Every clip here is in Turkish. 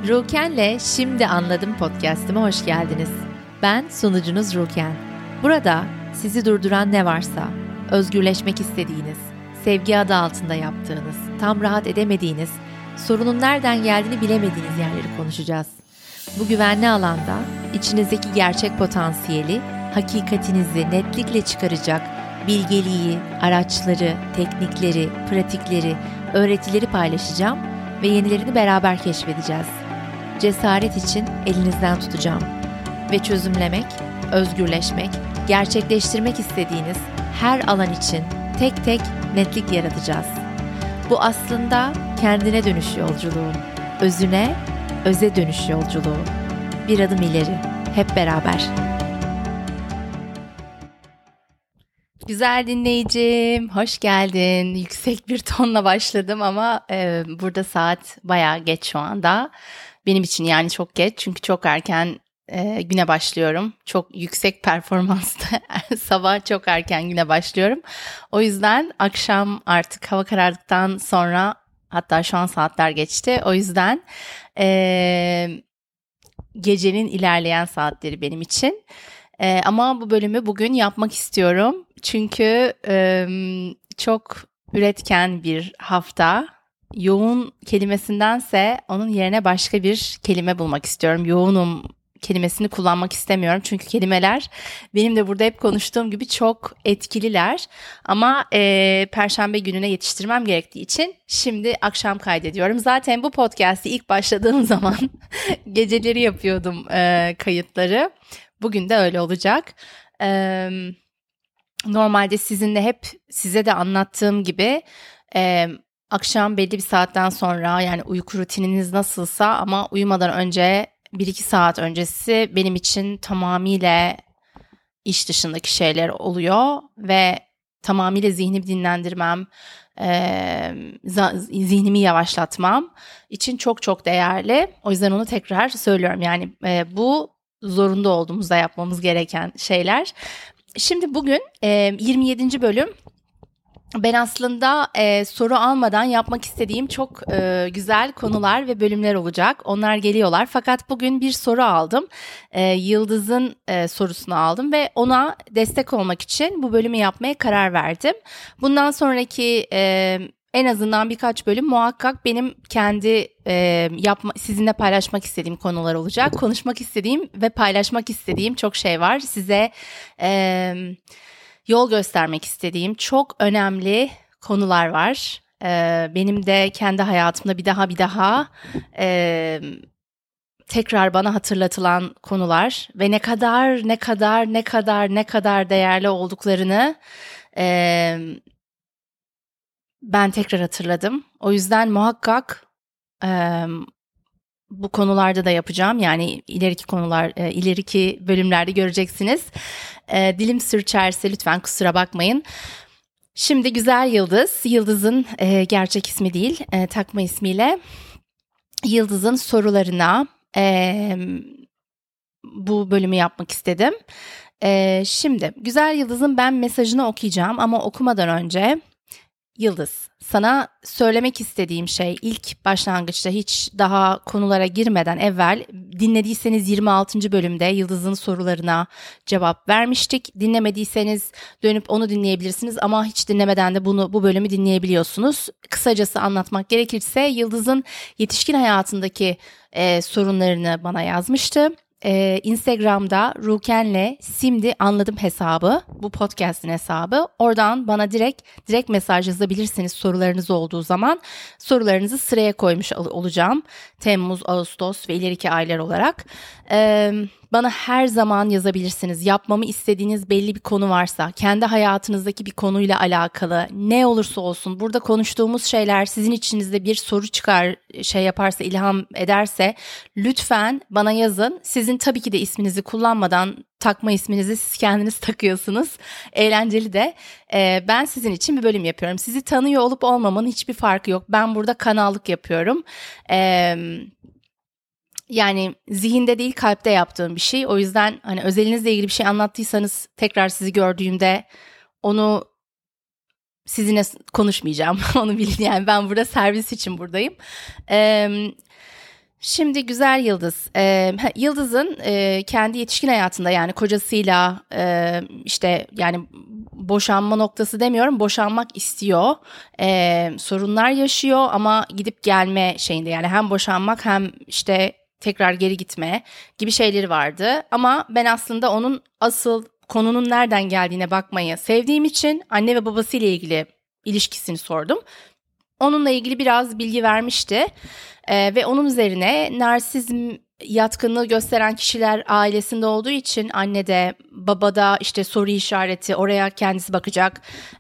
Ruken'le Şimdi Anladım podcast'ime hoş geldiniz. Ben sunucunuz Ruken. Burada sizi durduran ne varsa, özgürleşmek istediğiniz, sevgi adı altında yaptığınız, tam rahat edemediğiniz, sorunun nereden geldiğini bilemediğiniz yerleri konuşacağız. Bu güvenli alanda içinizdeki gerçek potansiyeli, hakikatinizi netlikle çıkaracak bilgeliği, araçları, teknikleri, pratikleri, öğretileri paylaşacağım ve yenilerini beraber keşfedeceğiz. Cesaret için elinizden tutacağım ve çözümlemek, özgürleşmek, gerçekleştirmek istediğiniz her alan için tek tek netlik yaratacağız. Bu aslında kendine dönüş yolculuğu, özüne, öze dönüş yolculuğu. Bir adım ileri, hep beraber. Güzel dinleyicim, hoş geldin. Yüksek bir tonla başladım ama burada saat bayağı geç şu anda. Benim için yani çok geç çünkü çok erken güne başlıyorum. Çok yüksek performansta sabah çok erken güne başlıyorum. O yüzden akşam artık hava karardıktan sonra, hatta şu an saatler geçti. O yüzden gecenin ilerleyen saatleri benim için. Ama bu bölümü bugün yapmak istiyorum. Çünkü çok üretken bir hafta. Yoğun kelimesindense onun yerine başka bir kelime bulmak istiyorum. Yoğunum kelimesini kullanmak istemiyorum. Çünkü kelimeler benim de burada hep konuştuğum gibi çok etkililer. Ama Perşembe gününe yetiştirmem gerektiği için şimdi akşam kaydediyorum. Zaten bu podcast'i ilk başladığım zaman geceleri yapıyordum kayıtları. Bugün de öyle olacak. Normalde size de anlattığım gibi akşam belli bir saatten sonra, yani uyku rutininiz nasılsa ama uyumadan önce 1-2 saat öncesi benim için tamamıyla iş dışındaki şeyler oluyor ve tamamıyla zihnimi dinlendirmem, zihnimi yavaşlatmam için çok çok değerli. O yüzden onu tekrar söylüyorum. Yani bu zorunda olduğumuzda yapmamız gereken şeyler. Şimdi bugün 27. bölüm. Ben aslında soru almadan yapmak istediğim çok güzel konular ve bölümler olacak. Onlar geliyorlar. Fakat bugün bir soru aldım. Yıldız'ın sorusunu aldım ve ona destek olmak için bu bölümü yapmaya karar verdim. Bundan sonraki en azından birkaç bölüm muhakkak benim kendi sizinle paylaşmak istediğim konular olacak. Konuşmak istediğim ve paylaşmak istediğim çok şey var. Size yol göstermek istediğim çok önemli konular var. Benim de kendi hayatımda bir daha tekrar bana hatırlatılan konular ve ne kadar değerli olduklarını ben tekrar hatırladım. O yüzden muhakkak bu konularda da yapacağım. Yani ileriki bölümlerde göreceksiniz. Dilim sürçerse lütfen kusura bakmayın. Şimdi güzel Yıldız, Yıldız'ın gerçek ismi değil, takma ismiyle Yıldız'ın sorularına bu bölümü yapmak istedim. Şimdi güzel Yıldız'ın ben mesajını okuyacağım ama okumadan önce Yıldız, sana söylemek istediğim şey ilk başlangıçta hiç daha konulara girmeden evvel dinlediyseniz 26. bölümde Yıldız'ın sorularına cevap vermiştik. Dinlemediyseniz dönüp onu dinleyebilirsiniz ama hiç dinlemeden de bu bölümü dinleyebiliyorsunuz. Kısacası anlatmak gerekirse Yıldız'ın yetişkin hayatındaki sorunlarını bana yazmıştı. Instagram'da Ruken'le Şimdi Anladım hesabı, bu podcast'in hesabı. Oradan bana direkt mesaj yazabilirsiniz sorularınız olduğu zaman. Sorularınızı sıraya koymuş olacağım. Temmuz, Ağustos ve ileriki aylar olarak. Bana her zaman yazabilirsiniz. Yapmamı istediğiniz belli bir konu varsa, kendi hayatınızdaki bir konuyla alakalı ne olursa olsun, burada konuştuğumuz şeyler sizin içinizde bir soru yaparsa, ilham ederse lütfen bana yazın. Sizin tabii ki de isminizi kullanmadan, takma isminizi siz kendiniz takıyorsunuz. Eğlenceli de. Ben sizin için bir bölüm yapıyorum. Sizi tanıyor olup olmamanın hiçbir farkı yok. Ben burada kanallık yapıyorum. Yani zihinde değil kalpte yaptığım bir şey. O yüzden hani özelinizle ilgili bir şey anlattıysanız tekrar sizi gördüğümde onu sizinle konuşmayacağım. Onu bilin, yani ben burada servis için buradayım. Şimdi güzel Yıldız. Yıldız'ın kendi yetişkin hayatında yani kocasıyla işte yani boşanma noktası demiyorum, boşanmak istiyor. Sorunlar yaşıyor ama gidip gelme şeyinde, yani hem boşanmak hem işte tekrar geri gitme gibi şeyleri vardı. Ama ben aslında onun asıl konunun nereden geldiğine bakmayı sevdiğim için anne ve babasıyla ilgili ilişkisini sordum. Onunla ilgili biraz bilgi vermişti. Ve onun üzerine narsizm yatkınlığı gösteren kişiler ailesinde olduğu için annede, babada işte soru işareti, oraya kendisi bakacak.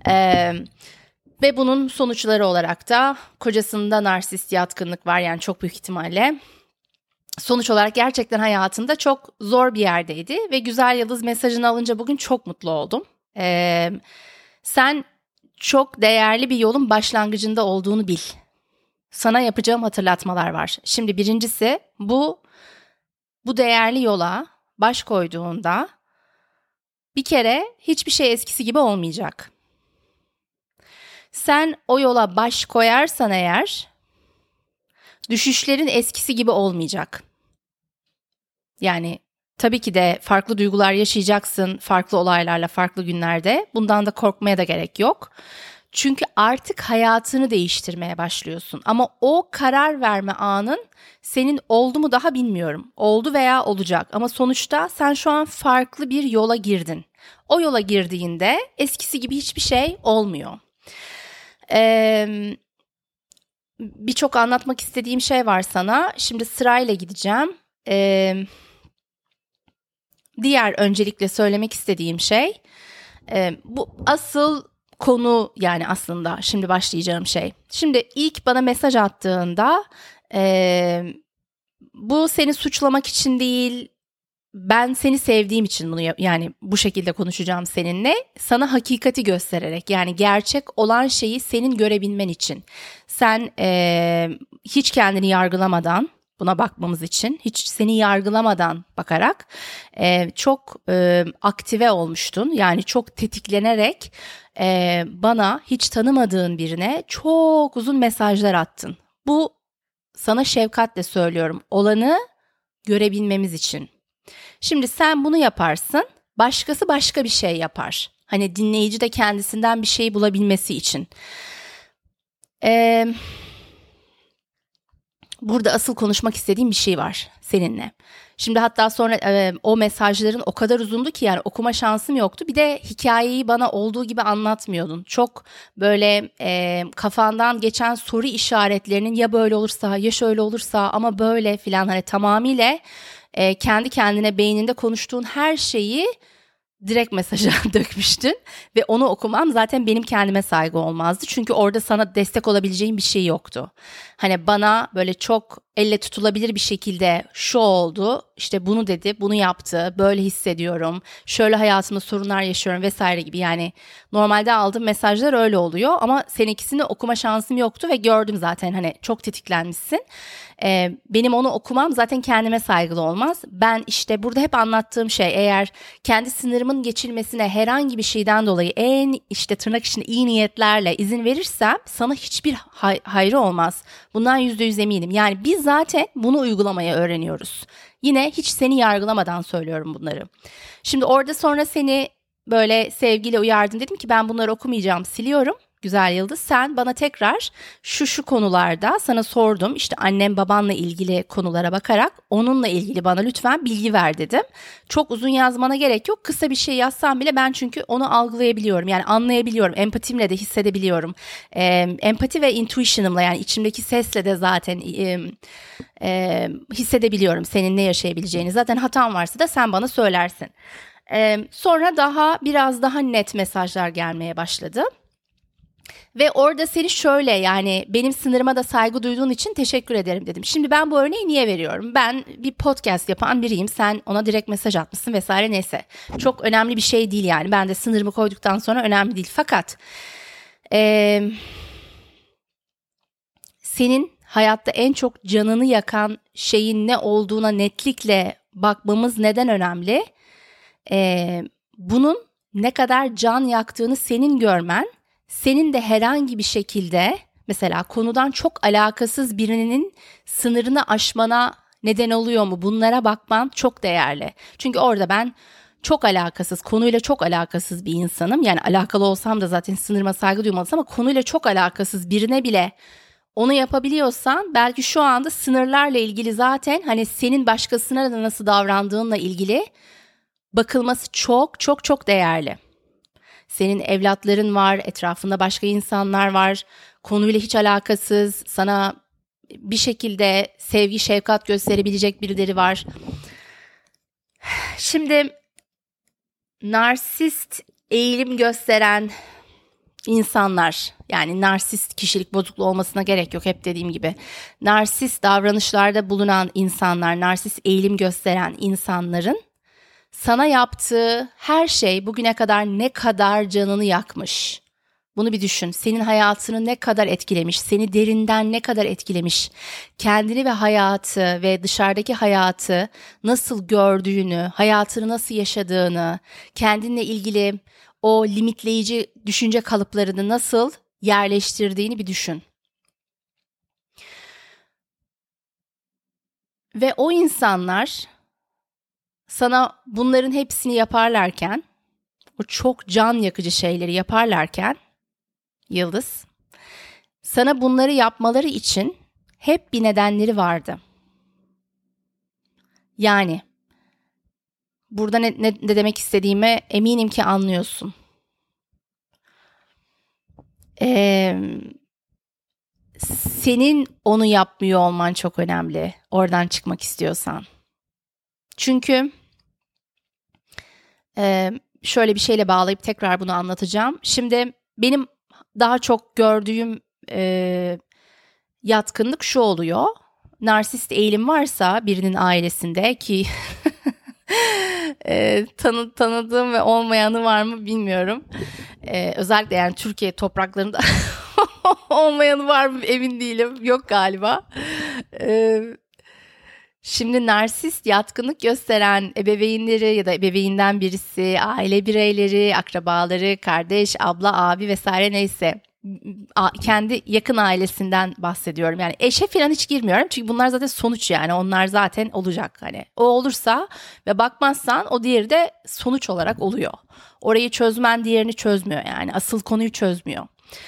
Ve bunun sonuçları olarak da kocasında narsist yatkınlık var, yani çok büyük ihtimalle. Sonuç olarak gerçekten hayatında çok zor bir yerdeydi ve güzel Yıldız mesajını alınca bugün çok mutlu oldum. Sen çok değerli bir yolun başlangıcında olduğunu bil. Sana yapacağım hatırlatmalar var. Şimdi birincisi, bu değerli yola baş koyduğunda bir kere hiçbir şey eskisi gibi olmayacak. Sen o yola baş koyarsan eğer düşüşlerin eskisi gibi olmayacak. Yani tabii ki de farklı duygular yaşayacaksın, farklı olaylarla, farklı günlerde. Bundan da korkmaya da gerek yok. Çünkü artık hayatını değiştirmeye başlıyorsun. Ama o karar verme anın senin oldu mu daha bilmiyorum. Oldu veya olacak. Ama sonuçta sen şu an farklı bir yola girdin. O yola girdiğinde eskisi gibi hiçbir şey olmuyor. Birçok anlatmak istediğim şey var sana. Şimdi sırayla gideceğim. Diğer öncelikle söylemek istediğim şey, bu asıl konu, yani aslında şimdi başlayacağım şey. Şimdi ilk bana mesaj attığında bu seni suçlamak için değil, ben seni sevdiğim için bunu yani bu şekilde konuşacağım seninle. Sana hakikati göstererek, yani gerçek olan şeyi senin görebilmen için. Sen hiç kendini yargılamadan, buna bakmamız için, hiç seni yargılamadan bakarak çok aktive olmuştun. Yani çok tetiklenerek bana hiç tanımadığın birine çok uzun mesajlar attın. Bu, sana şefkatle söylüyorum, olanı görebilmemiz için. Şimdi sen bunu yaparsın, başkası başka bir şey yapar. Hani dinleyici de kendisinden bir şey bulabilmesi için. Burada asıl konuşmak istediğim bir şey var seninle. Şimdi hatta sonra o mesajların o kadar uzundu ki yani okuma şansım yoktu. Bir de hikayeyi bana olduğu gibi anlatmıyordun. Çok böyle kafandan geçen soru işaretlerinin ya böyle olursa ya şöyle olursa ama böyle filan, hani tamamıyla kendi kendine beyninde konuştuğun her şeyi direkt mesaja dökmüştün ve onu okumam zaten benim kendime saygı olmazdı. Çünkü orada sana destek olabileceğim bir şey yoktu. Hani bana böyle çok elle tutulabilir bir şekilde şu oldu, işte bunu dedi, bunu yaptı, böyle hissediyorum, şöyle hayatımda sorunlar yaşıyorum vesaire gibi. Yani normalde aldığım mesajlar öyle oluyor ama seninkisini okuma şansım yoktu ve gördüm zaten, hani çok tetiklenmişsin. Benim onu okumam zaten kendime saygılı olmaz. Ben işte burada hep anlattığım şey, eğer kendi sınırımın geçilmesine herhangi bir şeyden dolayı en işte tırnak içinde iyi niyetlerle izin verirsem sana hiçbir hayrı olmaz. Bundan %100 eminim. Yani biz zaten bunu uygulamaya öğreniyoruz. Yine hiç seni yargılamadan söylüyorum bunları. Şimdi orada sonra seni böyle sevgiyle uyardım. Dedim ki ben bunları okumayacağım, siliyorum. Güzel Yıldız, sen bana tekrar şu konularda sana sordum. İşte annem babanla ilgili konulara bakarak onunla ilgili bana lütfen bilgi ver dedim. Çok uzun yazmana gerek yok. Kısa bir şey yazsam bile ben çünkü onu algılayabiliyorum. Yani anlayabiliyorum. Empatimle de hissedebiliyorum. Empati ve intuition'ımla, yani içimdeki sesle de zaten hissedebiliyorum senin ne yaşayabileceğini. Zaten hatan varsa da sen bana söylersin. Sonra biraz daha net mesajlar gelmeye başladı. Ve orada seni şöyle, yani benim sınırıma da saygı duyduğun için teşekkür ederim dedim. Şimdi ben bu örneği niye veriyorum? Ben bir podcast yapan biriyim. Sen ona direkt mesaj atmışsın vesaire, neyse. Çok önemli bir şey değil yani. Ben de sınırımı koyduktan sonra önemli değil. Fakat senin hayatta en çok canını yakan şeyin ne olduğuna netlikle bakmamız neden önemli? Bunun ne kadar can yaktığını senin görmen, senin de herhangi bir şekilde Mesela konudan çok alakasız birinin sınırını aşmana neden oluyor mu? Bunlara bakman çok değerli. Çünkü orada ben çok alakasız, konuyla çok alakasız bir insanım. Yani alakalı olsam da zaten sınırıma saygı duymalısın ama konuyla çok alakasız birine bile onu yapabiliyorsan belki şu anda sınırlarla ilgili zaten hani senin başkasına da nasıl davrandığınla ilgili bakılması çok çok çok değerli. Senin evlatların var, etrafında başka insanlar var, konuyla hiç alakasız, sana bir şekilde sevgi, şefkat gösterebilecek birileri var. Şimdi narsist eğilim gösteren insanlar, yani narsist kişilik bozukluğu olmasına gerek yok, hep dediğim gibi. Narsist davranışlarda bulunan insanlar, narsist eğilim gösteren insanların sana yaptığı her şey bugüne kadar ne kadar canını yakmış. Bunu bir düşün. Senin hayatını ne kadar etkilemiş, seni derinden ne kadar etkilemiş, kendini ve hayatı ve dışarıdaki hayatı nasıl gördüğünü, hayatını nasıl yaşadığını, kendinle ilgili o limitleyici düşünce kalıplarını nasıl yerleştirdiğini bir düşün. Ve o insanlar sana bunların hepsini yaparlarken, o çok can yakıcı şeyleri yaparlarken, Yıldız, sana bunları yapmaları için hep bir nedenleri vardı. Yani burada ne demek istediğime eminim ki anlıyorsun. Senin onu yapmıyor olman çok önemli. Oradan çıkmak istiyorsan. Çünkü şöyle bir şeyle bağlayıp tekrar bunu anlatacağım. Şimdi benim daha çok gördüğüm yatkınlık şu oluyor. Narsist eğilim varsa birinin ailesinde ki tanıdığım ve olmayanı var mı bilmiyorum. Özellikle yani Türkiye topraklarında olmayanı var mı emin değilim. Yok galiba. Şimdi narsist yatkınlık gösteren ebeveynleri ya da ebeveynden birisi, aile bireyleri, akrabaları, kardeş, abla, abi vesaire neyse kendi yakın ailesinden bahsediyorum. Yani eşe falan hiç girmiyorum çünkü bunlar zaten sonuç, yani onlar zaten olacak, hani o olursa ve bakmazsan o diğeri de sonuç olarak oluyor. Orayı çözmen diğerini çözmüyor, yani asıl konuyu çözmüyor.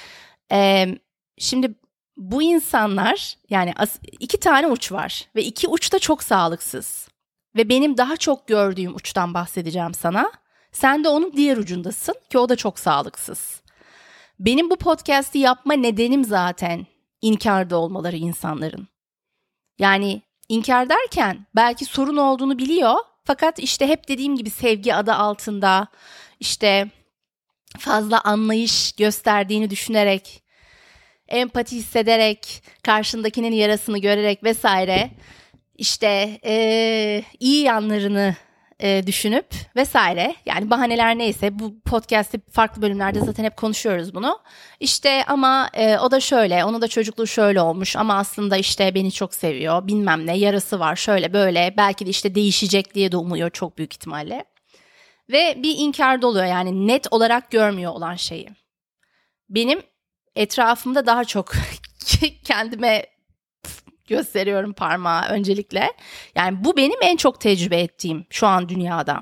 Şimdi bu insanlar, yani iki tane uç var ve iki uç da çok sağlıksız. Ve benim daha çok gördüğüm uçtan bahsedeceğim sana. Sen de onun diğer ucundasın ki o da çok sağlıksız. Benim bu podcast'i yapma nedenim zaten inkarda olmaları insanların. Yani inkar derken belki sorun olduğunu biliyor fakat işte hep dediğim gibi sevgi adı altında işte fazla anlayış gösterdiğini düşünerek, empati hissederek, karşındakinin yarasını görerek vesaire, işte iyi yanlarını düşünüp vesaire, yani bahaneler neyse, bu podcast'te farklı bölümlerde zaten hep konuşuyoruz bunu. İşte ama o da şöyle, onun da çocukluğu şöyle olmuş ama aslında işte beni çok seviyor, bilmem ne, yarası var, şöyle böyle, belki de işte değişecek diye de umuyor çok büyük ihtimalle. Ve bir inkarda oluyor, yani net olarak görmüyor olan şeyi. Benim etrafımda daha çok kendime gösteriyorum parmağı öncelikle. Yani bu benim en çok tecrübe ettiğim şu an dünyada.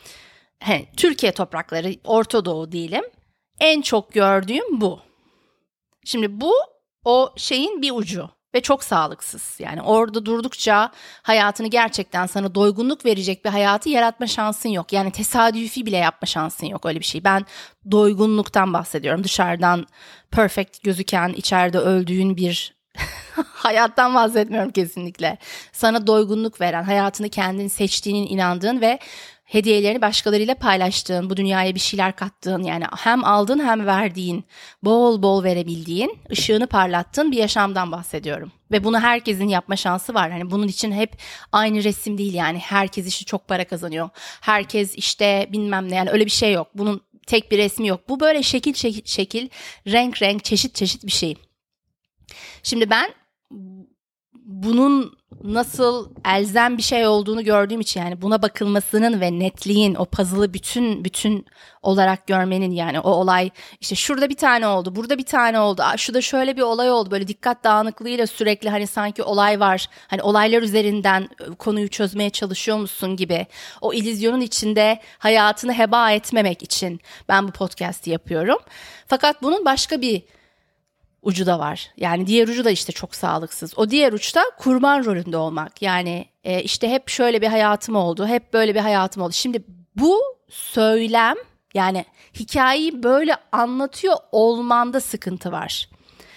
Türkiye toprakları, Orta Doğu diyelim. En çok gördüğüm bu. Şimdi bu o şeyin bir ucu ve çok sağlıksız. Yani orada durdukça hayatını gerçekten sana doygunluk verecek bir hayatı yaratma şansın yok. Yani tesadüfi bile yapma şansın yok, öyle bir şey. Ben doygunluktan bahsediyorum. Dışarıdan perfect gözüken, içeride öldüğün bir hayattan bahsetmiyorum kesinlikle. Sana doygunluk veren, hayatını kendin seçtiğinin inandığın ve hediyelerini başkalarıyla paylaştığın, bu dünyaya bir şeyler kattığın, yani hem aldığın hem verdiğin, bol bol verebildiğin, ışığını parlattığın bir yaşamdan bahsediyorum. Ve bunu herkesin yapma şansı var. Hani bunun için hep aynı resim değil, yani herkes işte çok para kazanıyor. Herkes işte bilmem ne, yani öyle bir şey yok. Bunun tek bir resmi yok. Bu böyle şekil şekil, renk çeşit bir şey. Şimdi ben bunun nasıl elzem bir şey olduğunu gördüğüm için, yani buna bakılmasının ve netliğin, o puzzle'ı bütün olarak görmenin, yani o olay işte şurada bir tane oldu, burada bir tane oldu, şurada şöyle bir olay oldu, böyle dikkat dağınıklığıyla sürekli hani sanki olay var, hani olaylar üzerinden konuyu çözmeye çalışıyormuşsun gibi, o illüzyonun içinde hayatını heba etmemek için ben bu podcast'i yapıyorum. Fakat bunun başka bir ucu da var. Yani diğer ucu da işte çok sağlıksız. O diğer uçta kurban rolünde olmak. Yani işte hep şöyle bir hayatım oldu, hep böyle bir hayatım oldu. Şimdi bu söylem, yani hikayeyi böyle anlatıyor olmanda sıkıntı var.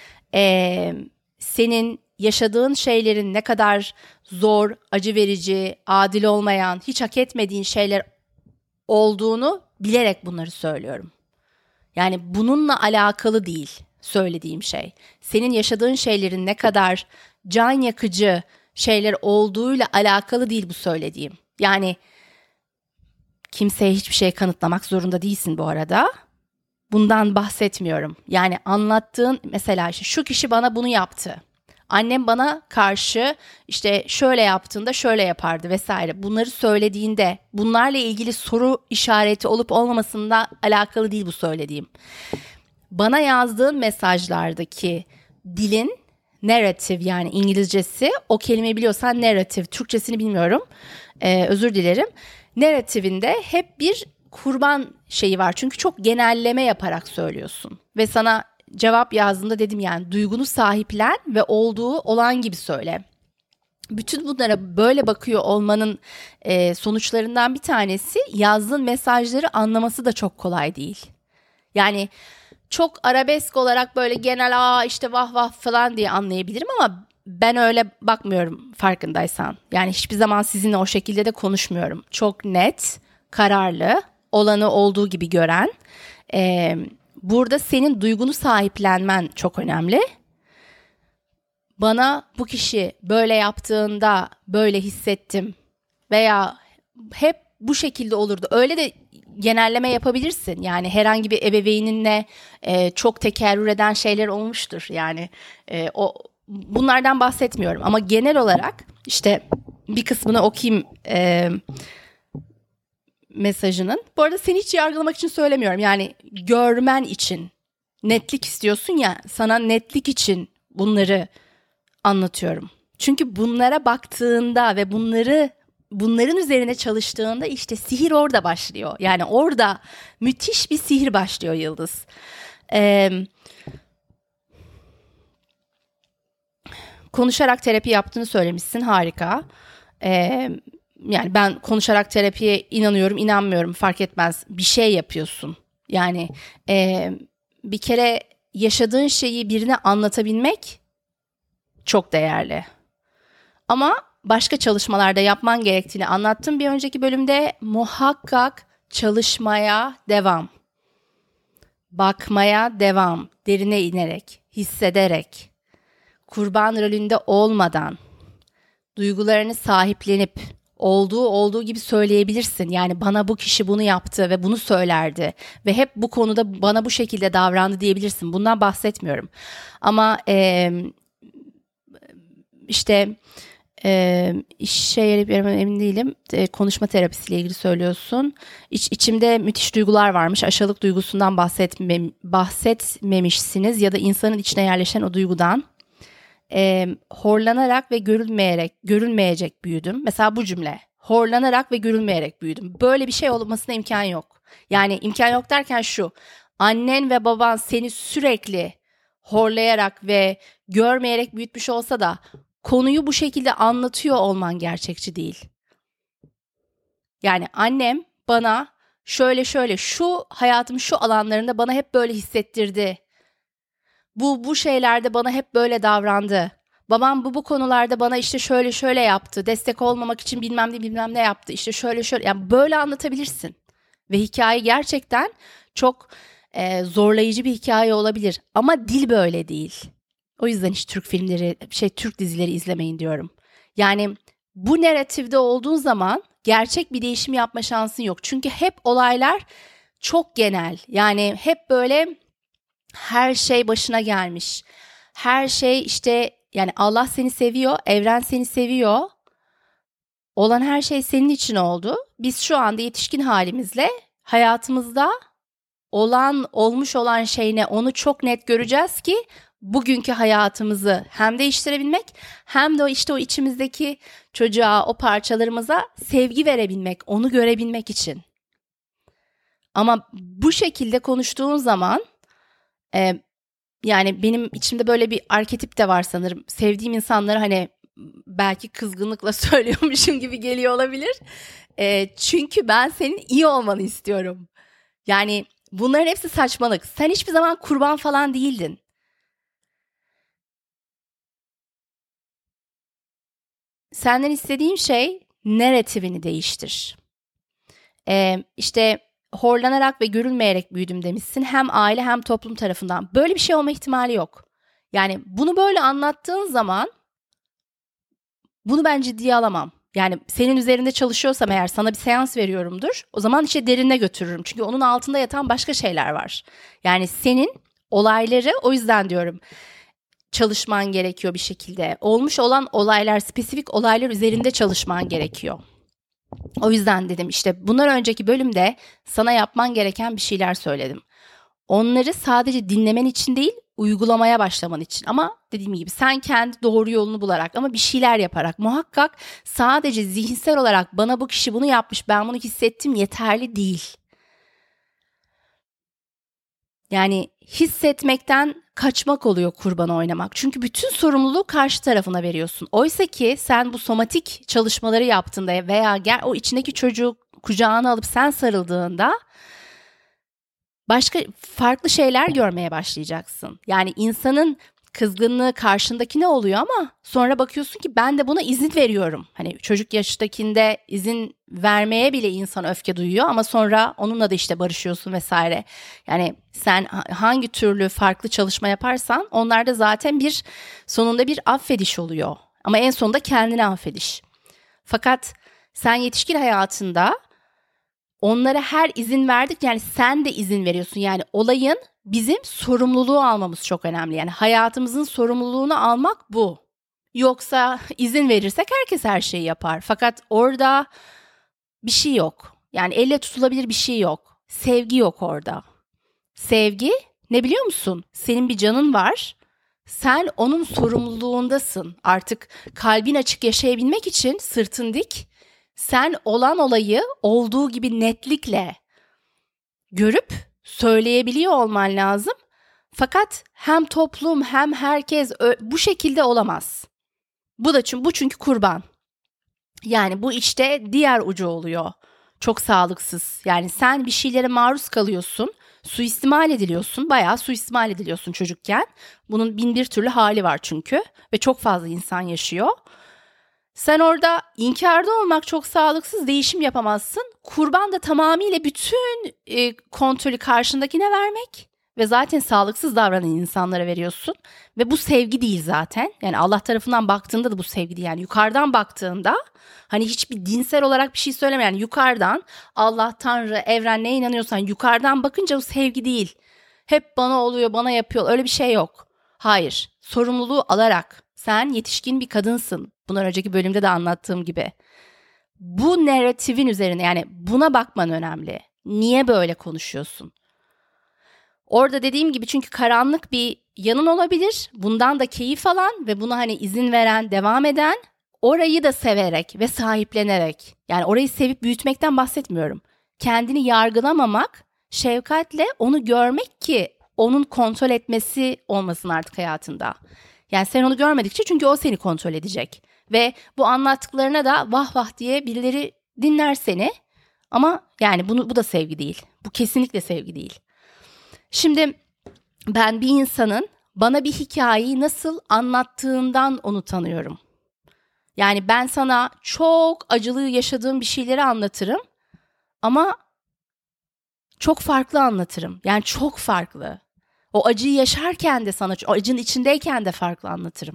Senin yaşadığın şeylerin ne kadar zor, acı verici, adil olmayan, hiç hak etmediğin şeyler olduğunu bilerek bunları söylüyorum. Yani bununla alakalı değil söylediğim şey. Senin yaşadığın şeylerin ne kadar can yakıcı şeyler olduğuyla alakalı değil bu söylediğim. Yani kimseye hiçbir şey kanıtlamak zorunda değilsin bu arada. Bundan bahsetmiyorum. Yani anlattığın, mesela işte şu kişi bana bunu yaptı. Annem bana karşı işte şöyle yaptığında şöyle yapardı vesaire. Bunları söylediğinde bunlarla ilgili soru işareti olup olmamasında alakalı değil bu söylediğim. Bana yazdığın mesajlardaki dilin narrative, yani İngilizcesi, o kelimeyi biliyorsan narrative, Türkçesini bilmiyorum, özür dilerim. Narrative'inde hep bir kurban şeyi var, çünkü çok genelleme yaparak söylüyorsun ve sana cevap yazdığında dedim, yani duygunu sahiplen ve olduğu olan gibi söyle. Bütün bunlara böyle bakıyor olmanın sonuçlarından bir tanesi, yazdığın mesajları anlaması da çok kolay değil. Yani çok arabesk olarak böyle genel işte vah vah falan diye anlayabilirim ama ben öyle bakmıyorum, farkındaysan. Yani hiçbir zaman sizinle o şekilde de konuşmuyorum. Çok net, kararlı, olanı olduğu gibi gören. Burada senin duygunu sahiplenmen çok önemli. Bana bu kişi böyle yaptığında böyle hissettim veya hep bu şekilde olurdu. Öyle de genelleme yapabilirsin. Yani herhangi bir ebeveyninle çok tekerrür eden şeyler olmuştur. Yani bunlardan bahsetmiyorum. Ama genel olarak işte bir kısmını okuyayım mesajının. Bu arada seni hiç yargılamak için söylemiyorum. Yani görmen için, netlik istiyorsun ya, sana netlik için bunları anlatıyorum. Çünkü bunlara baktığında ve bunların üzerine çalıştığında işte sihir orada başlıyor. Yani orada müthiş bir sihir başlıyor Yıldız. Konuşarak terapi yaptığını söylemişsin, harika. Yani ben konuşarak terapiye inanıyorum, inanmıyorum, fark etmez. Bir şey yapıyorsun. Yani bir kere yaşadığın şeyi birine anlatabilmek çok değerli. Ama başka çalışmalarda yapman gerektiğini anlattım bir önceki bölümde. Muhakkak çalışmaya devam. Bakmaya devam. Derine inerek, hissederek, kurban rolünde olmadan, duygularını sahiplenip olduğu gibi söyleyebilirsin. Yani bana bu kişi bunu yaptı ve bunu söylerdi ve hep bu konuda bana bu şekilde davrandı diyebilirsin. Bundan bahsetmiyorum. Ama işte işe yarayıp yaramam emin değilim. Konuşma terapisiyle ilgili söylüyorsun. İçimde müthiş duygular varmış. Aşağılık duygusundan bahsetmemişsiniz ya da insanın içine yerleşen o duygudan. Horlanarak ve görülmeyecek büyüdüm. Mesela bu cümle. Horlanarak ve görülmeyerek büyüdüm. Böyle bir şey olmasına imkan yok. Yani imkan yok derken şu. Annen ve baban seni sürekli horlayarak ve görmeyerek büyütmüş olsa da konuyu bu şekilde anlatıyor olman gerçekçi değil. Yani annem bana şöyle şu hayatım şu alanlarında bana hep böyle hissettirdi. Bu şeylerde bana hep böyle davrandı. Babam bu konularda bana işte şöyle yaptı. Destek olmamak için bilmem ne yaptı. İşte şöyle. Yani böyle anlatabilirsin. Ve hikaye gerçekten çok zorlayıcı bir hikaye olabilir. Ama dil böyle değil. O yüzden hiç Türk dizileri izlemeyin diyorum. Yani bu narratifde olduğun zaman gerçek bir değişim yapma şansın yok. Çünkü hep olaylar çok genel. Yani hep böyle her şey başına gelmiş. Her şey işte yani Allah seni seviyor, evren seni seviyor. Olan her şey senin için oldu. Biz şu anda yetişkin halimizle hayatımızda olmuş olan şeyine onu çok net göreceğiz ki bugünkü hayatımızı hem değiştirebilmek hem de işte o içimizdeki çocuğa, o parçalarımıza sevgi verebilmek, onu görebilmek için. Ama bu şekilde konuştuğun zaman yani benim içimde böyle bir arketip de var sanırım. Sevdiğim insanları hani belki kızgınlıkla söylüyormuşum gibi geliyor olabilir. Çünkü ben senin iyi olmanı istiyorum. Yani bunların hepsi saçmalık. Sen hiçbir zaman kurban falan değildin. Senden istediğim şey narratifini değiştir. İşte horlanarak ve görülmeyerek büyüdüm demişsin. Hem aile hem toplum tarafından. Böyle bir şey olma ihtimali yok. Yani bunu böyle anlattığın zaman bunu ben ciddiye alamam. Yani senin üzerinde çalışıyorsam eğer sana bir seans veriyorumdur. O zaman işte derine götürürüm. Çünkü onun altında yatan başka şeyler var. Yani senin olayları o yüzden diyorum çalışman gerekiyor bir şekilde. Olmuş olan olaylar, spesifik olaylar üzerinde çalışman gerekiyor. O yüzden dedim işte bundan önceki bölümde sana yapman gereken bir şeyler söyledim. Onları sadece dinlemen için değil, uygulamaya başlaman için. Ama dediğim gibi sen kendi doğru yolunu bularak ama bir şeyler yaparak muhakkak sadece zihinsel olarak bana bu kişi bunu yapmış, ben bunu hissettim yeterli değil. Yani hissetmekten kaçmak oluyor kurban oynamak. Çünkü bütün sorumluluğu karşı tarafına veriyorsun. Oysa ki sen bu somatik çalışmaları yaptığında veya o içindeki çocuğu kucağına alıp sen sarıldığında başka farklı şeyler görmeye başlayacaksın. Yani insanın kızgınlığı karşındakine oluyor ama sonra bakıyorsun ki ben de buna izin veriyorum. Hani çocuk yaştakinde izin vermeye bile insan öfke duyuyor ama sonra onunla da işte barışıyorsun vesaire. Yani sen hangi türlü farklı çalışma yaparsan onlarda zaten sonunda bir affediş oluyor. Ama en sonunda kendini affediş. Fakat sen yetişkin hayatında onlara her izin verdik, yani sen de izin veriyorsun. Yani olayın bizim sorumluluğu almamız çok önemli. Yani hayatımızın sorumluluğunu almak bu. Yoksa izin verirsek herkes her şeyi yapar. Fakat orada bir şey yok. Yani elle tutulabilir bir şey yok. Sevgi yok orada. Sevgi ne biliyor musun? Senin bir canın var. Sen onun sorumluluğundasın. Artık kalbin açık yaşayabilmek için sırtın dik. Sen olan olayı olduğu gibi netlikle görüp söyleyebiliyor olman lazım. Fakat hem toplum hem herkes bu şekilde olamaz. Bu çünkü kurban. Yani bu işte diğer ucu oluyor. Çok sağlıksız. Yani sen bir şeylere maruz kalıyorsun. Suistimal ediliyorsun. Bayağı suistimal ediliyorsun çocukken. Bunun bin bir türlü hali var çünkü. Ve çok fazla insan yaşıyor. Sen orada inkarda olmak çok sağlıksız, değişim yapamazsın. Kurban da tamamıyla bütün kontrolü karşındakine vermek ve zaten sağlıksız davranan insanlara veriyorsun. Ve bu sevgi değil zaten. Yani Allah tarafından baktığında da bu sevgi değil. Yani yukarıdan baktığında hani hiçbir dinsel olarak bir şey söyleme. Yani yukarıdan Allah, Tanrı, evren neye inanıyorsan yukarıdan bakınca bu sevgi değil. Hep bana oluyor, bana yapıyor. Öyle bir şey yok. Hayır. Sorumluluğu alarak sen yetişkin bir kadınsın. Bundan önceki bölümde de anlattığım gibi. Bu narratifin üzerine yani buna bakman önemli. Niye böyle konuşuyorsun? Orada dediğim gibi çünkü karanlık bir yanın olabilir. Bundan da keyif alan ve buna hani izin veren, devam eden, orayı da severek ve sahiplenerek. Yani orayı sevip büyütmekten bahsetmiyorum. Kendini yargılamamak, şefkatle onu görmek ki onun kontrol etmesi olmasın artık hayatında. Yani sen onu görmedikçe çünkü o seni kontrol edecek. Ve bu anlattıklarına da vah vah diye birileri dinler seni. Ama yani bu da sevgi değil. Bu kesinlikle sevgi değil. Şimdi ben bir insanın bana bir hikayeyi nasıl anlattığından onu tanıyorum. Yani ben sana çok acılı yaşadığım bir şeyleri anlatırım. Ama çok farklı anlatırım. Yani çok farklı. O acıyı yaşarken de sana, o acının içindeyken de farklı anlatırım.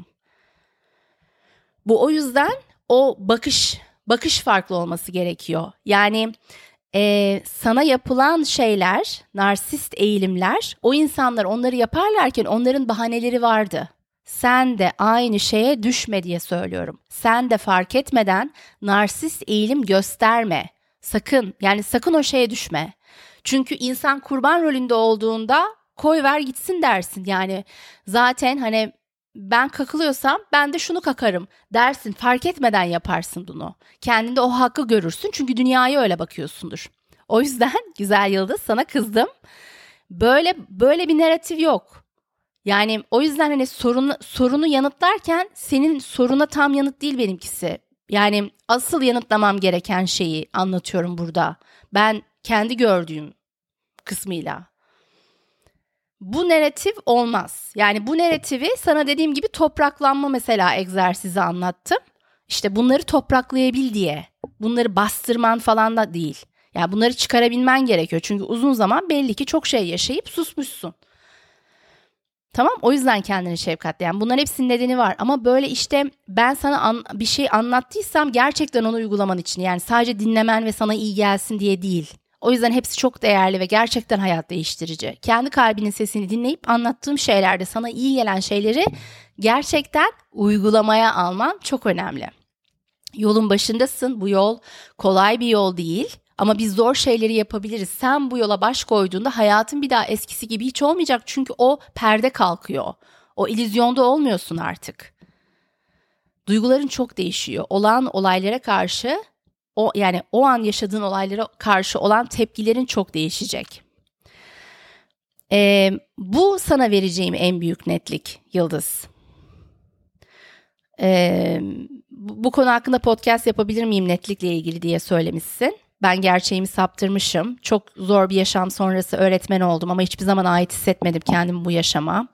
Bu o yüzden o bakış farklı olması gerekiyor. Yani sana yapılan şeyler, narsist eğilimler, o insanlar onları yaparlarken onların bahaneleri vardı. sen de aynı şeye düşme diye söylüyorum. Sen de fark etmeden narsist eğilim gösterme. Sakın, yani sakın o şeye düşme. Çünkü insan kurban rolünde olduğunda koy ver gitsin dersin. Yani zaten hani ben kakılıyorsam ben de şunu kakarım dersin. Fark etmeden yaparsın bunu. Kendinde o hakkı görürsün çünkü dünyaya öyle bakıyorsundur. O yüzden güzel Yıldız, sana kızdım. Böyle bir narratif yok. Yani o yüzden hani sorunu yanıtlarken senin soruna tam yanıt değil benimkisi. Yani asıl yanıtlamam gereken şeyi anlatıyorum burada. Ben kendi gördüğüm kısmıyla. Bu narratif olmaz. Yani bu narratifi sana dediğim gibi topraklanma mesela egzersizi anlattım. İşte bunları topraklayabil diye. Bunları bastırman falan da değil. Yani bunları çıkarabilmen gerekiyor. Çünkü uzun zaman belli ki çok şey yaşayıp susmuşsun. Tamam, o yüzden kendini şefkatle. Yani bunların hepsinin nedeni var. Ama böyle işte ben sana bir şey anlattıysam gerçekten onu uygulaman için. Yani sadece dinlemen ve sana iyi gelsin diye değil. O yüzden hepsi çok değerli ve gerçekten hayat değiştirici. Kendi kalbinin sesini dinleyip anlattığım şeylerde sana iyi gelen şeyleri gerçekten uygulamaya alman çok önemli. Yolun başındasın. Bu yol kolay bir yol değil. Ama biz zor şeyleri yapabiliriz. Sen bu yola baş koyduğunda hayatın bir daha eskisi gibi hiç olmayacak. Çünkü o perde kalkıyor. O illüzyonda olmuyorsun artık. Duyguların çok değişiyor. Olan olaylara karşı, yani o an yaşadığın olaylara karşı olan tepkilerin çok değişecek. Bu sana vereceğim en büyük netlik Yıldız. Bu konu hakkında podcast yapabilir miyim netlikle ilgili diye söylemişsin. Ben gerçeğimi saptırmışım. Çok zor bir yaşam sonrası öğretmen oldum ama hiçbir zaman ait hissetmedim kendimi bu yaşama.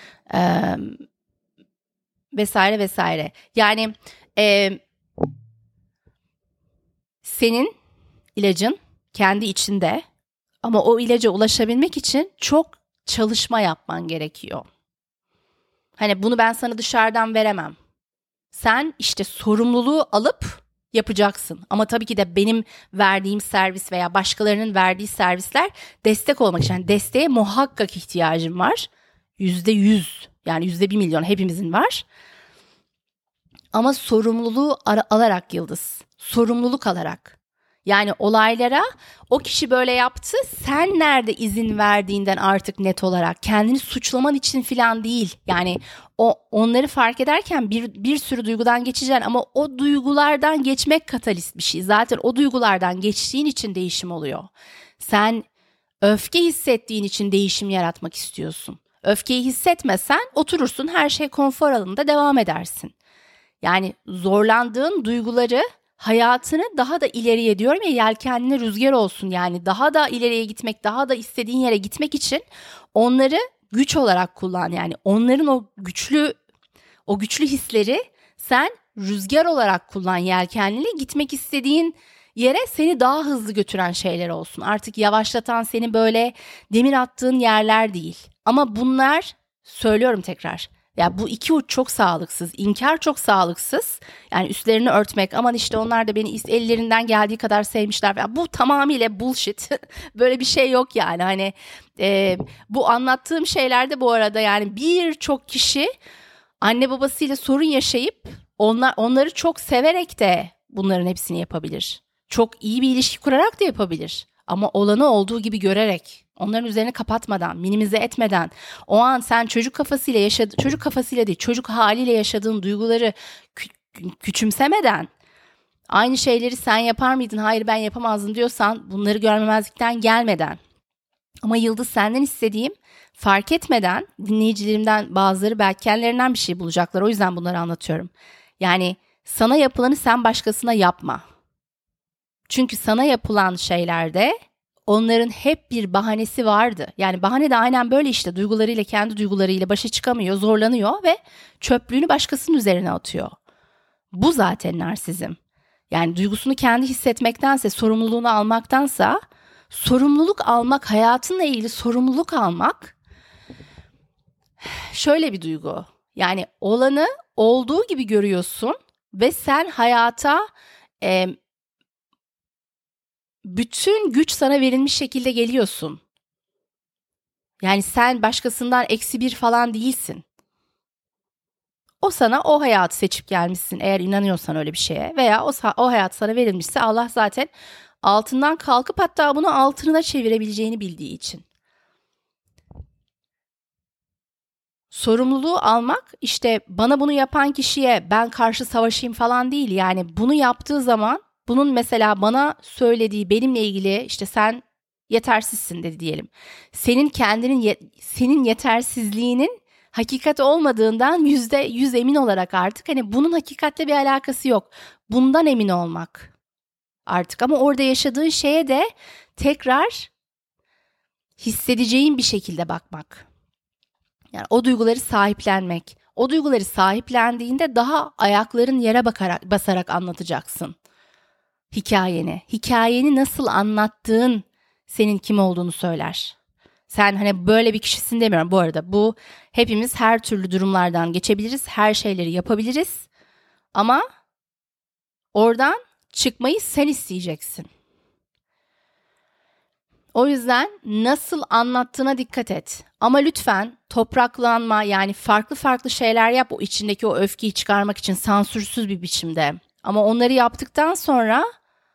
Vesaire vesaire. Yani senin ilacın kendi içinde ama o ilaca ulaşabilmek için çok çalışma yapman gerekiyor. Hani bunu ben sana dışarıdan veremem. Sen işte sorumluluğu alıp yapacaksın. Ama tabii ki de benim verdiğim servis veya başkalarının verdiği servisler destek olmak için. Yani desteğe muhakkak ihtiyacım var. %100, yani %1.000.000 hepimizin var. Ama sorumluluğu alarak Yıldız. Sorumluluk alarak. Yani olaylara o kişi böyle yaptı, sen nerede izin verdiğinden artık net olarak kendini suçlaman için falan değil. Yani onları fark ederken bir sürü duygudan geçeceksin ama o duygulardan geçmek katalist bir şey. Zaten o duygulardan geçtiğin için değişim oluyor. Sen öfke hissettiğin için değişim yaratmak istiyorsun. Öfkeyi hissetmesen oturursun, her şey konfor alanında devam edersin. Yani zorlandığın duyguları, hayatını daha da ileriye diyorum ya, yelkenine rüzgar olsun, yani daha da ileriye gitmek, daha da istediğin yere gitmek için onları güç olarak kullan. Yani onların o güçlü hisleri sen rüzgar olarak kullan, yelkenliyle gitmek istediğin yere seni daha hızlı götüren şeyler olsun. Artık yavaşlatan, seni böyle demir attığın yerler değil. Ama bunlar, söylüyorum tekrar, ya bu iki uç çok sağlıksız. İnkar çok sağlıksız. Yani üstlerini örtmek, aman işte onlar da beni ellerinden geldiği kadar sevmişler. Ya bu tamamıyla bullshit. Böyle bir şey yok yani. Hani bu anlattığım şeylerde bu arada yani birçok kişi anne babasıyla sorun yaşayıp onları çok severek de bunların hepsini yapabilir. Çok iyi bir ilişki kurarak da yapabilir. Ama olanı olduğu gibi görerek, onların üzerini kapatmadan, minimize etmeden, o an sen çocuk kafasıyla değil, çocuk haliyle yaşadığın duyguları küçümsemeden, aynı şeyleri sen yapar mıydın, hayır ben yapamazdım diyorsan, bunları görmemezlikten gelmeden. Ama Yıldız, senden istediğim, fark etmeden, dinleyicilerimden bazıları belki kendilerinden bir şey bulacaklar. O yüzden bunları anlatıyorum. Yani sana yapılanı sen başkasına yapma. Çünkü sana yapılan şeylerde onların hep bir bahanesi vardı. Yani bahane de aynen böyle işte, duygularıyla, kendi duygularıyla başa çıkamıyor, zorlanıyor ve çöplüğünü başkasının üzerine atıyor. Bu zaten narsizm. Yani duygusunu kendi hissetmektense, sorumluluğunu almaktansa, sorumluluk almak, hayatınla ilgili sorumluluk almak şöyle bir duygu. Yani olanı olduğu gibi görüyorsun ve sen hayata bütün güç sana verilmiş şekilde geliyorsun. Yani sen başkasından -1 falan değilsin. O sana o hayatı seçip gelmişsin eğer inanıyorsan öyle bir şeye, veya o hayat sana verilmişse Allah zaten altından kalkıp hatta bunu altına çevirebileceğini bildiği için. Sorumluluğu almak işte bana bunu yapan kişiye ben karşı savaşayım falan değil. Yani bunu yaptığı zaman bunun mesela bana söylediği, benimle ilgili işte sen yetersizsin dedi diyelim. Senin yetersizliğinin hakikat olmadığından %100 emin olarak artık hani bunun hakikatle bir alakası yok. Bundan emin olmak artık, ama orada yaşadığın şeye de tekrar hissedeceğin bir şekilde bakmak. Yani o duyguları sahiplenmek. O duyguları sahiplendiğinde daha ayakların yere basarak anlatacaksın hikayeni. Hikayeni nasıl anlattığın senin kim olduğunu söyler. Sen hani böyle bir kişisin demiyorum bu arada. Bu hepimiz her türlü durumlardan geçebiliriz. Her şeyleri yapabiliriz. Ama oradan çıkmayı sen isteyeceksin. O yüzden nasıl anlattığına dikkat et. Ama lütfen topraklanma, yani farklı farklı şeyler yap o içindeki o öfkeyi çıkarmak için sansürsüz bir biçimde. Ama onları yaptıktan sonra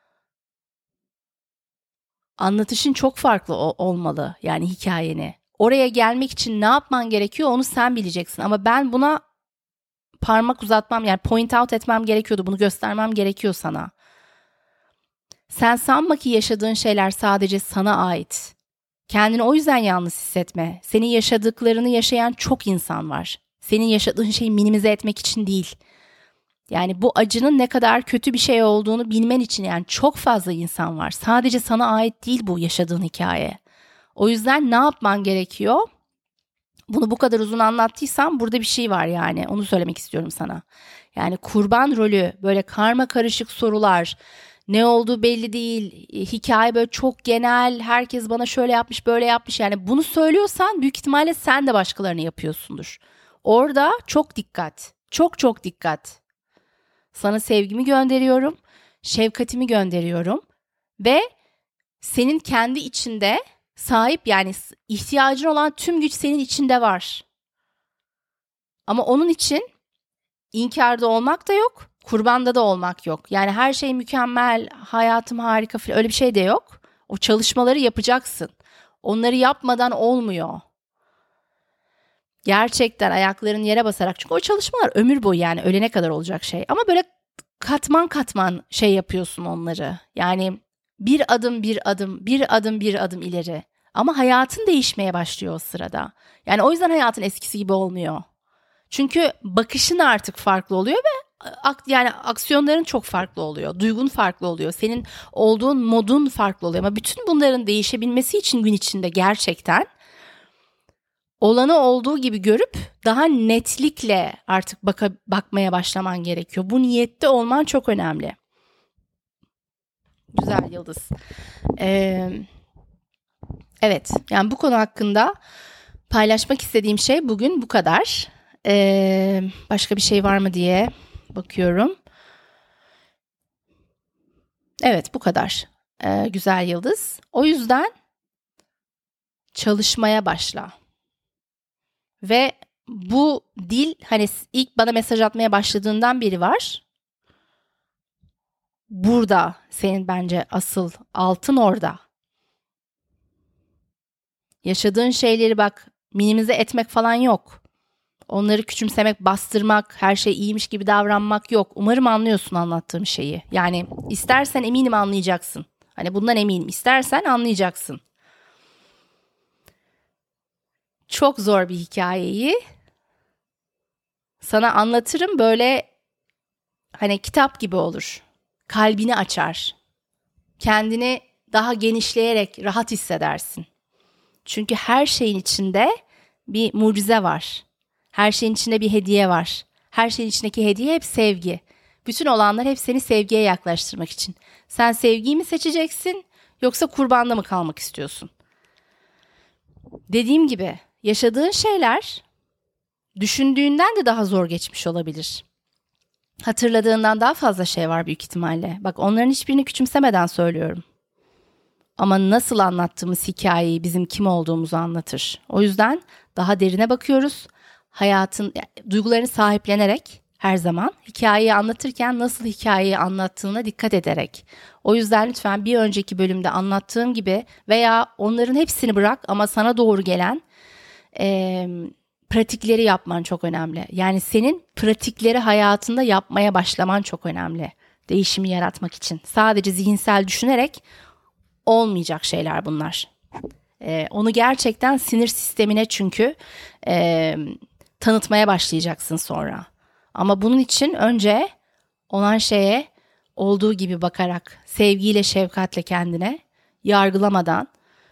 anlatışın çok farklı olmalı, yani hikayeni. Oraya gelmek için ne yapman gerekiyor onu sen bileceksin. Ama ben buna parmak uzatmam, yani point out etmem gerekiyordu. Bunu göstermem gerekiyor sana. Sen sanma ki yaşadığın şeyler sadece sana ait. Kendini o yüzden yalnız hissetme. Senin yaşadıklarını yaşayan çok insan var. Senin yaşadığın şeyi minimize etmek için değil. Yani bu acının ne kadar kötü bir şey olduğunu bilmen için, yani çok fazla insan var. Sadece sana ait değil bu yaşadığın hikaye. O yüzden ne yapman gerekiyor? Bunu bu kadar uzun anlattıysam burada bir şey var yani. Onu söylemek istiyorum sana. Yani kurban rolü, böyle karma karışık sorular, ne olduğu belli değil, hikaye böyle çok genel, herkes bana şöyle yapmış böyle yapmış, yani bunu söylüyorsan büyük ihtimalle sen de başkalarına yapıyorsundur. Orada çok dikkat, çok çok dikkat. Sana sevgimi gönderiyorum, şefkatimi gönderiyorum ve senin kendi içinde sahip, yani ihtiyacın olan tüm güç senin içinde var. Ama onun için inkarda olmak da yok, kurbanda da olmak yok. Yani her şey mükemmel, hayatım harika falan, öyle bir şey de yok. O çalışmaları yapacaksın. Onları yapmadan olmuyor. Gerçekten ayakların yere basarak, çünkü o çalışmalar ömür boyu, yani ölene kadar olacak şey. Ama böyle katman katman şey yapıyorsun onları. Yani bir adım bir adım, bir adım bir adım ileri. Ama hayatın değişmeye başlıyor o sırada. Yani o yüzden hayatın eskisi gibi olmuyor. Çünkü bakışın artık farklı oluyor ve yani aksiyonların çok farklı oluyor. Duygun farklı oluyor. Senin olduğun modun farklı oluyor. Ama bütün bunların değişebilmesi için gün içinde gerçekten olanı olduğu gibi görüp daha netlikle artık bakmaya başlaman gerekiyor. Bu niyette olman çok önemli. Güzel Yıldız. Evet, yani bu konu hakkında paylaşmak istediğim şey bugün bu kadar. Başka bir şey var mı diye bakıyorum. Evet, bu kadar. Güzel Yıldız. O yüzden çalışmaya başla. Ve bu dil hani ilk bana mesaj atmaya başladığından beri var. Burada senin bence asıl altın orada. Yaşadığın şeyleri bak, minimize etmek falan yok. Onları küçümsemek, bastırmak, her şey iyiymiş gibi davranmak yok. Umarım anlıyorsun anlattığım şeyi. Yani istersen eminim anlayacaksın. Hani bundan eminim. İstersen anlayacaksın. Çok zor bir hikayeyi sana anlatırım, böyle hani kitap gibi olur. Kalbini açar. Kendini daha genişleyerek rahat hissedersin. Çünkü her şeyin içinde bir mucize var. Her şeyin içinde bir hediye var. Her şeyin içindeki hediye hep sevgi. Bütün olanlar hep seni sevgiye yaklaştırmak için. Sen sevgiyi mi seçeceksin yoksa kurbanda mı kalmak istiyorsun? Dediğim gibi yaşadığın şeyler düşündüğünden de daha zor geçmiş olabilir. Hatırladığından daha fazla şey var büyük ihtimalle. Bak, onların hiçbirini küçümsemeden söylüyorum. Ama nasıl anlattığımız hikayeyi bizim kim olduğumuzu anlatır. O yüzden daha derine bakıyoruz. duygularını sahiplenerek her zaman hikayeyi anlatırken nasıl hikayeyi anlattığına dikkat ederek. O yüzden lütfen bir önceki bölümde anlattığım gibi veya onların hepsini bırak ama sana doğru gelen pratikleri yapman çok önemli. Yani senin pratikleri hayatında yapmaya başlaman çok önemli. Değişimi yaratmak için. Sadece zihinsel düşünerek olmayacak şeyler bunlar. Onu gerçekten sinir sistemine çünkü tanıtmaya başlayacaksın sonra. Ama bunun için önce olan şeye olduğu gibi bakarak, sevgiyle, şefkatle kendine, yargılamadan.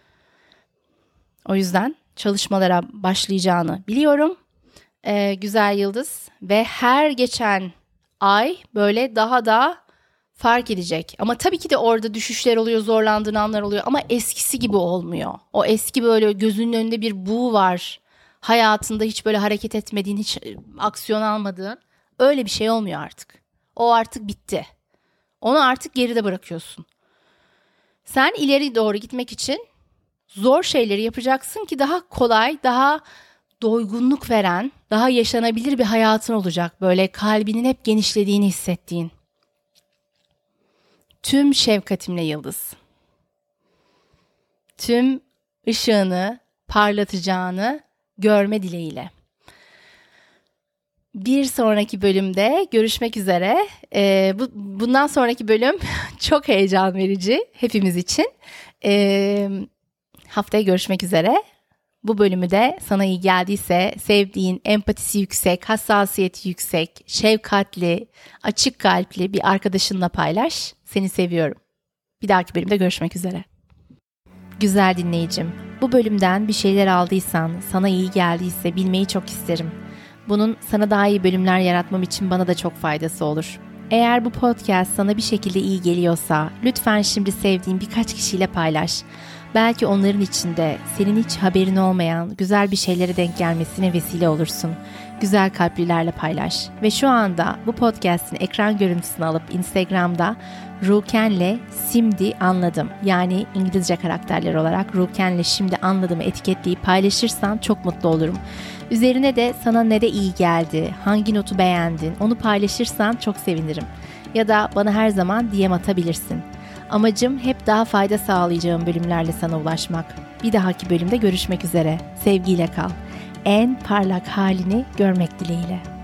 O yüzden çalışmalara başlayacağını biliyorum. Güzel Yıldız ve her geçen ay böyle daha da fark edecek. Ama tabii ki de orada düşüşler oluyor, zorlandığın anlar oluyor ama eskisi gibi olmuyor. O eski böyle gözünün önünde bir buğu var. Hayatında hiç böyle hareket etmediğin, hiç aksiyon almadığın öyle bir şey olmuyor artık. O artık bitti. Onu artık geride bırakıyorsun. Sen ileri doğru gitmek için zor şeyleri yapacaksın ki daha kolay, daha doygunluk veren, daha yaşanabilir bir hayatın olacak. Böyle kalbinin hep genişlediğini hissettiğin. Tüm şefkatimle Yıldız. Tüm ışığını parlatacağını görme dileğiyle. Bir sonraki bölümde görüşmek üzere. Bundan sonraki bölüm çok heyecan verici hepimiz için. Haftaya görüşmek üzere. Bu bölümü de sana iyi geldiyse sevdiğin, empatisi yüksek, hassasiyeti yüksek, şefkatli, açık kalpli bir arkadaşınla paylaş. Seni seviyorum. Bir dahaki bölümde görüşmek üzere. Güzel dinleyicim, bu bölümden bir şeyler aldıysan, sana iyi geldiyse bilmeyi çok isterim. Bunun sana daha iyi bölümler yaratmam için bana da çok faydası olur. Eğer bu podcast sana bir şekilde iyi geliyorsa lütfen şimdi sevdiğin birkaç kişiyle paylaş. Belki onların içinde senin hiç haberin olmayan güzel bir şeylere denk gelmesine vesile olursun. Güzel kalplilerle paylaş. Ve şu anda bu podcast'in ekran görüntüsünü alıp Instagram'da Ruken'le Şimdi Anladım, yani İngilizce karakterler olarak Ruken'le Şimdi Anladım'ı etiketleyip paylaşırsan çok mutlu olurum. Üzerine de sana ne de iyi geldi, hangi notu beğendin onu paylaşırsan çok sevinirim. Ya da bana her zaman DM atabilirsin. Amacım hep daha fayda sağlayacağım bölümlerle sana ulaşmak. Bir dahaki bölümde görüşmek üzere. Sevgiyle kal. En parlak halini görmek dileğiyle.